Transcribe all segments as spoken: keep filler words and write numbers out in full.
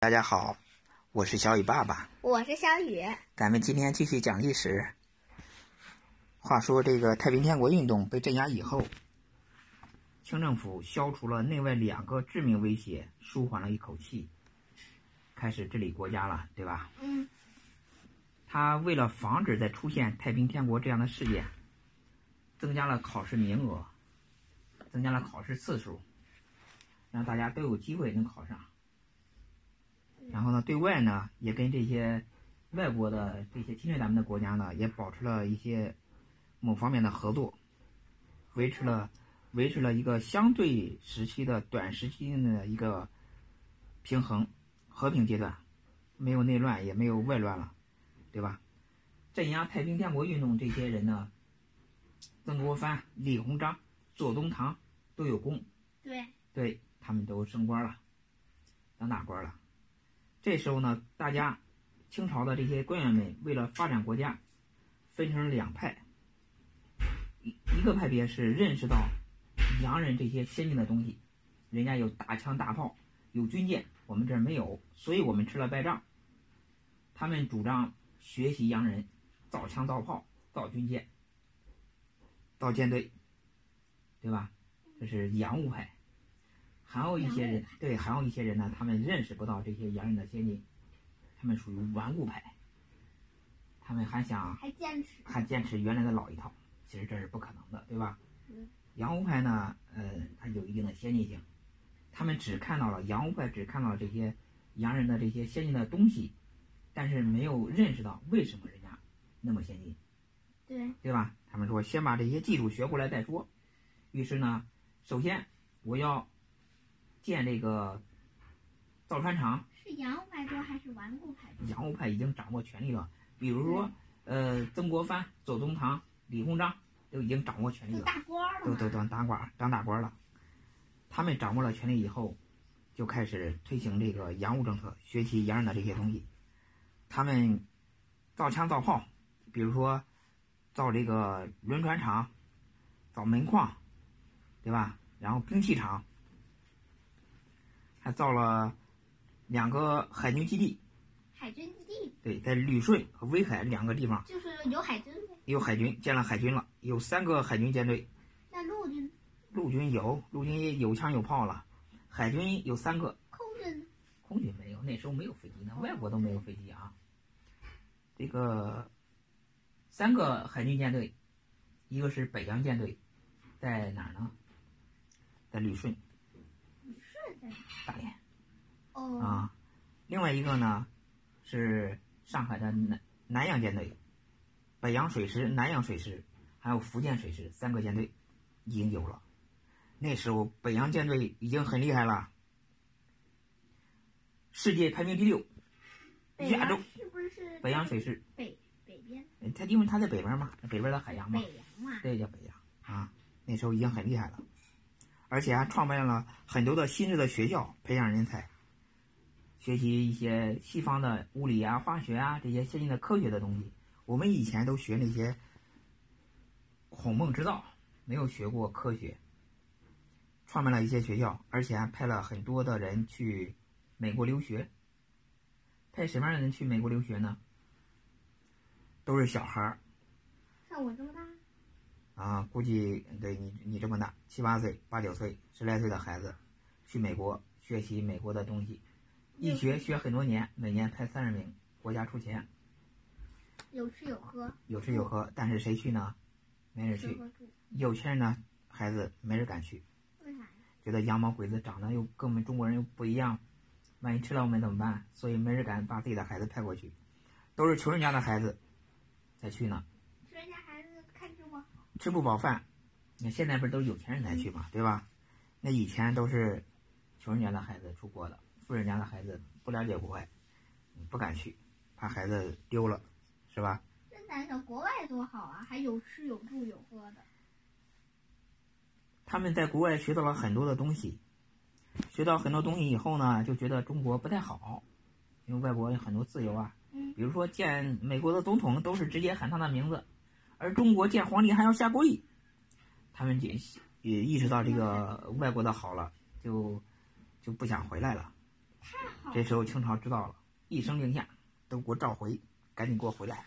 大家好，我是小雨爸爸， 我是小雨。 咱们今天继续讲历史。话说这个太平天国运动被镇压以后，清政府消除了内外两个致命威胁，舒缓了一口气，开始治理国家了，对吧？ 嗯。 他为了防止再出现太平天国这样的事件，增加了考试名额，增加了考试次数，让大家都有机会能考上。然后呢，对外呢也跟这些外国的这些侵略咱们的国家呢，也保持了一些某方面的合作，维持了维持了一个相对时期的短时期的一个平衡和平阶段，没有内乱也没有外乱了，对吧？镇压太平天国运动这些人呢，曾国藩、李鸿章、左宗棠都有功， 对， 对他们都升官了，当大官了。这时候呢，大家清朝的这些官员们为了发展国家，分成两派，一一个派别是认识到洋人这些先进的东西，人家有大枪大炮，有军舰，我们这儿没有，所以我们吃了败仗。他们主张学习洋人，造枪造炮，造军舰，造舰队，对吧？这是洋务派。还有一些人，对，还有一些人呢，他们认识不到这些洋人的先进，他们属于顽固派，他们还想还坚持还坚持原来的老一套，其实这是不可能的，对吧？ 嗯、 洋务派呢，呃，它有一定的先进性，他们只看到了洋务派只看到了这些洋人的这些先进的东西，但是没有认识到为什么人家那么先进， 对， 对吧？他们说先把这些技术学过来再说，于是呢，首先我要建这个造船厂。 是洋务派多还是顽固派多？ 洋务派已经掌握权力了，比如说，呃，曾国藩、左宗棠、李鸿章都已经掌握权力了， 都大官了， 都都当大官当大官了。他们掌握了权力以后，就开始推行这个洋务政策，学习洋人的这些东西。他们造枪造炮，比如说造这个轮船厂，造煤矿，对吧？然后兵器厂。还造了两个海军基地， 海军基地， 对，在旅顺和威海两个地方， 就是有海军呗， 有海军，建了海军了，有三个海军舰队。 那陆军？ 陆军有，陆军也有枪有炮了，海军有三个。 空军？ 空军没有，那时候没有飞机呢，外国都没有飞机啊。这个三个海军舰队，一个是北洋舰队，在哪儿呢？在旅顺。大连， 哦啊，另外一个呢是上海的南南洋舰队，北洋水师、南洋水师，还有福建水师三个舰队已经有了。那时候北洋舰队已经很厉害了，世界排名第六，亚洲是不是北洋水师北北边？ 它因为它在北边嘛，北边的海洋嘛， 北洋嘛， 对，叫北洋啊。那时候已经很厉害了。而且还创办了很多的新式的学校，培养人才，学习一些西方的物理啊、化学啊这些先进的科学的东西。我们以前都学那些孔孟之道，没有学过科学。创办了一些学校，而且还派了很多的人去美国留学。派什么样的人去美国留学呢？都是小孩儿， 像我这么大。 啊，估计对你你这么大，七八岁、八九岁、十来岁的孩子，去美国学习美国的东西，一学学很多年，每年派三十名，国家出钱， 有吃有喝， 有吃有喝，但是谁去呢？没人去。有钱人呢，孩子没人敢去， 为啥呀？ 觉得羊毛鬼子长得又跟我们中国人又不一样，万一吃了我们怎么办？所以没人敢把自己的孩子派过去，都是穷人家的孩子才去呢。 穷人家孩子看着我。 吃不饱饭，你看现在不是都是有钱人才去嘛，对吧？那以前都是穷人家的孩子出国的，富人家的孩子不了解国外，不敢去，怕孩子丢了，是吧？ 真的，想国外多好啊，还有吃有住有喝的。 他们在国外学到了很多的东西，学到很多东西以后呢，就觉得中国不太好，因为外国有很多自由啊， 嗯， 比如说见美国的总统都是直接喊他的名字。而中国见皇帝还要下跪，他们也也意识到这个外国的好了，就就不想回来了， 太好了。 这时候清朝知道了，一声令下，都给我召回，赶紧给我回来，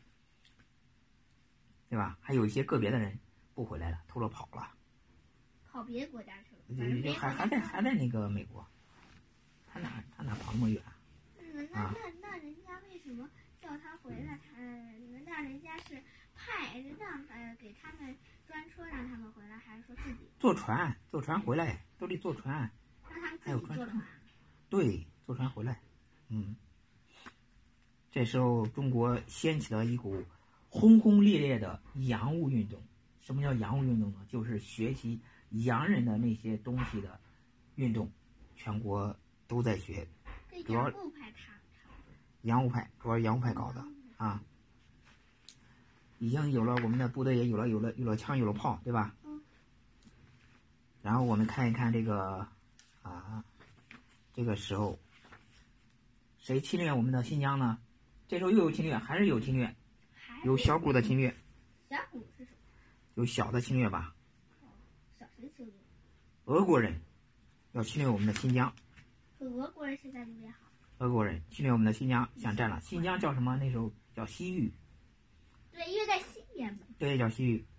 对吧？还有一些个别的人不回来了，偷着跑了， 跑别的国家去了， 就反正别就还还在还在那个美国，他哪他哪跑那么远？ 嗯，那那那人家为什么叫他回来？他那人家是派让呃给他们专车让他们回来，还是说自己坐船坐船回来，都得坐船， 让他们还有专车自己坐船？ 对，坐船回来。嗯，这时候中国掀起了一股轰轰烈烈的洋务运动。什么叫洋务运动呢？就是学习洋人的那些东西的运动，全国都在学。 这主要洋务派他洋务派，主要是洋务派搞的啊。已经有了我们的部队，也有了有了有了枪，有了炮，对吧？ 嗯。 然后我们看一看这个啊，这个时候谁侵略我们的新疆呢？这时候又有侵略，还是有侵略，有小股的侵略。 小股是什么？ 有小的侵略吧？ 小谁侵略？ 俄国人要侵略我们的新疆。 和俄国人现在特别好。 俄国人侵略我们的新疆，想占了新疆叫什么？那时候叫西域。 对，因为在西边嘛。 对，叫西域。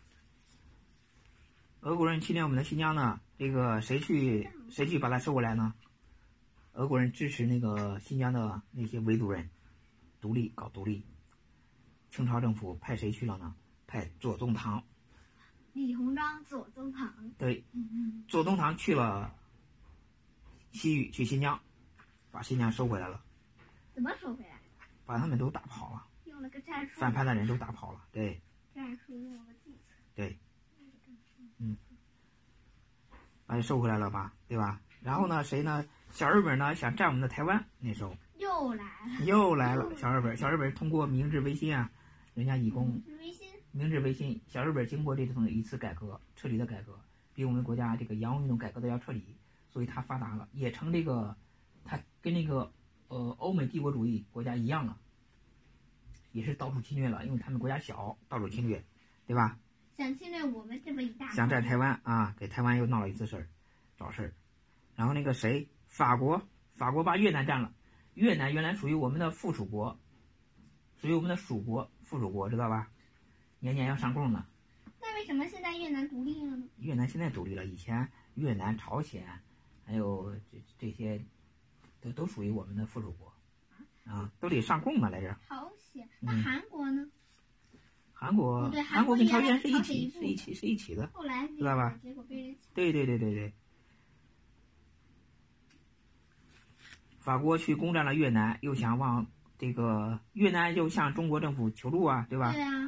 俄国人侵略我们的新疆呢，这个谁去谁去把它收过来呢？俄国人支持那个新疆的那些维族人独立搞独立。清朝政府派谁去了呢？派左宗棠。 李鸿章、左宗棠。 对， 嗯左宗棠去了西域，去新疆，把新疆收回来了。 怎么收回来？ 把他们都打跑了。 用了个战术。 反叛的人都打跑了。对。 战术用了个计策。 对。嗯。把它收回来了吧，对吧？然后呢，谁呢？小日本呢想占我们的台湾，那时候又来了。 又来了。小日本，小日本通过明治维新啊，人家以供维新。 明治维新，小日本经过这种一次改革，彻底的改革，比我们国家这个洋务运动改革的要彻底，所以它发达了，也成这个，它跟那个呃欧美帝国主义国家一样了，也是到处侵略了，因为他们国家小，到处侵略，对吧？ 想侵略我们这么一大。 想占台湾啊，给台湾又闹了一次事儿，找事儿。然后那个谁，法国，法国把越南占了，越南原来属于我们的附属国，属于我们的属国，附属国，知道吧？年年要上贡呢。 那为什么现在越南独立了呢？ 越南现在独立了，以前越南、朝鲜，还有这这些，都都属于我们的附属国，啊，都得上贡嘛来着。 朝鲜，那韩国呢？ 韩国， 对， 韩国跟朝鲜是一一起，是一起，是一起的。 后来知道吧？ 结果被人抢。 对对对对对。法国去攻占了越南，又想往这个越南又向中国政府求助啊，对吧？ 对啊。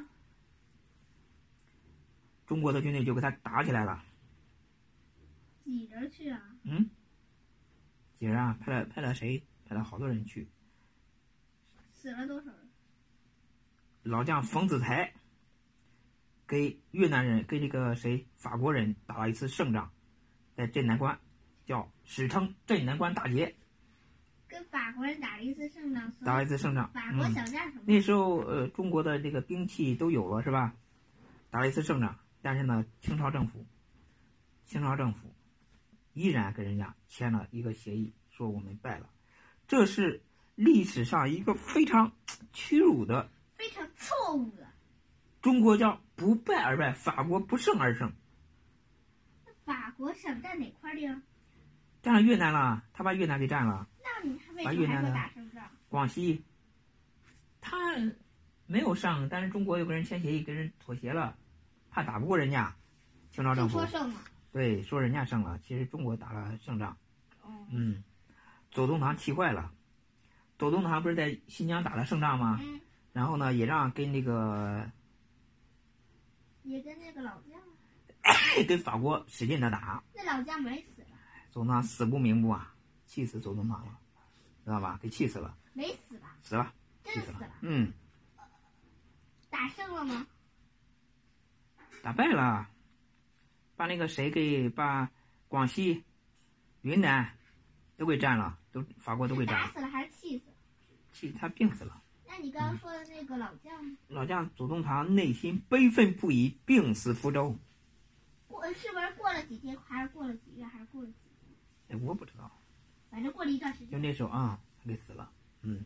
中国的军队就跟他打起来了。 几人去啊？ 嗯。几人啊？派了派了谁？派了好多人去。 死了多少人？ 老将冯子材给越南人给这个谁法国人打了一次胜仗，在镇南关，叫史称镇南关大捷。 跟法国人打了一次胜仗。 打了一次胜仗。 法国想占什么？ 嗯、那时候呃中国的这个兵器都有了是吧？打了一次胜仗，但是呢清朝政府，清朝政府依然跟人家签了一个协议，说我们败了，这是历史上一个非常屈辱的。 非常错误的。 中国叫不败而败，法国不胜而胜。 那法国想占哪块地儿？ 占了越南了，他把越南给占了。 那你还为什么还会打胜仗？ 广西，他没有胜，但是中国有跟人签协议，跟人妥协了，怕打不过人家，清朝政府说胜了。 对，说人家胜了，其实中国打了胜仗。 哦。 嗯，左宗棠气坏了。左宗棠不是在新疆打了胜仗吗？ 嗯。 然后呢，也让跟那个， 也跟那个老将， 跟法国使劲的打。 那老将没死了。 左宗棠死不瞑目啊，气死左宗棠了，知道吧？给气死了。 没死吧？ 死了， 真死了。 嗯。 打胜了吗？ 打败了，把那个谁给把广西、云南都给占了，都法国都给占了。 打死了还是气死了？ 气他病死了。 那你刚刚说的那个老将呢？ 老将左宗棠内心悲愤不已，病死福州。 过是不是过了几天，还是过了几月，还是过了几天？ 哎，我不知道， 反正过了一段时间， 就那时候啊，他给死了。嗯，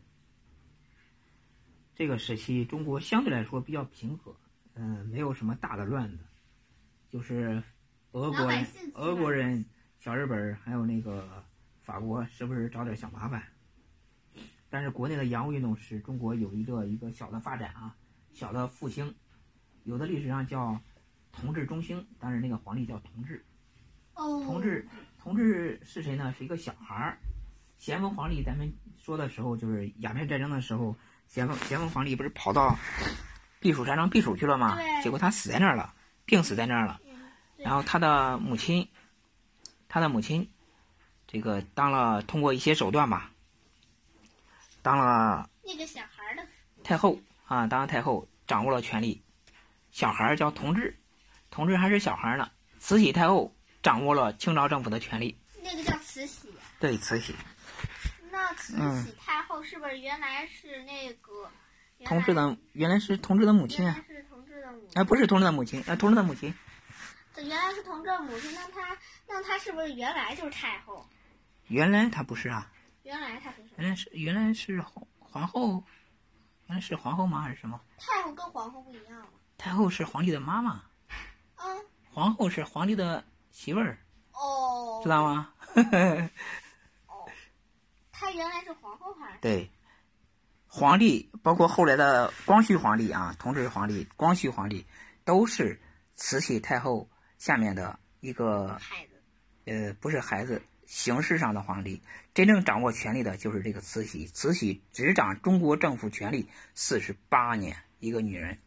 这个时期中国相对来说比较平和，嗯、呃，没有什么大的乱子，就是俄国人、俄国人、小日本还有那个法国，时不时找点小麻烦。但是国内的洋务运动使中国有一个一个小的发展啊，小的复兴，有的历史上叫同治中兴，但是那个皇帝叫同治。 哦， 同治，同治是谁呢？是一个小孩儿。咸丰皇帝，咱们说的时候，就是鸦片战争的时候，咸丰咸丰皇帝不是跑到避暑山庄避暑去了吗？结果他死在那儿了，病死在那儿了。然后他的母亲，他的母亲，这个当了通过一些手段吧，当了那个小孩的太后啊，当了太后，掌握了权力。小孩叫同治，同治还是小孩呢。慈禧太后掌握了清朝政府的权力。 那个叫慈禧啊？ 对，慈禧。 那慈禧太后是不是原来是那个、 嗯、同治的？原来是同治的母亲啊？ 是同治的母亲？ 啊，不是同治的母亲，啊，同治的母亲。 这原来是同治的母亲，那她那她是不是原来就是太后？ 原来她不是啊。 原来她不是。 原来是原来是皇皇后，原来是皇后吗？还是什么？ 太后跟皇后不一样吗？ 太后是皇帝的妈妈。 嗯。 皇后是皇帝的媳妇儿。 哦。 知道吗？ 哦。她原来是皇后还是？ 对。皇帝包括后来的光绪皇帝啊，同治皇帝、光绪皇帝，都是慈禧太后下面的一个孩子。 呃，不是孩子，形式上的皇帝，真正掌握权力的就是这个慈禧。慈禧执掌中国政府权力四十八年，一个女人，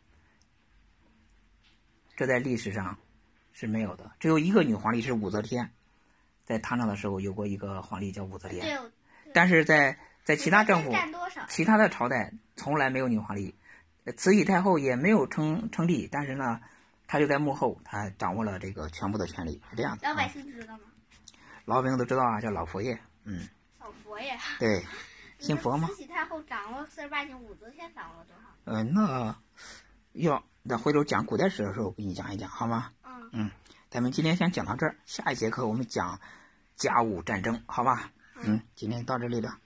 这在历史上是没有的。只有一个女皇帝是武则天，在唐朝的时候有过一个皇帝叫武则天，但是在在其他政府、其他的朝代从来没有女皇帝。慈禧太后也没有称称帝，但是呢，她就在幕后，她掌握了这个全部的权力，是这样的。 老百姓知道吗？ 老百姓都知道啊，叫老佛爷。嗯。 老佛爷。 对，信佛吗？ 慈禧太后掌握四十八年，武则天掌握了多少？ 呃，那要那回头讲古代史的时候，我给你讲一讲，好吗？ 嗯。 嗯，咱们今天先讲到这儿，下一节课我们讲甲午战争，好吧？嗯，今天到这里了。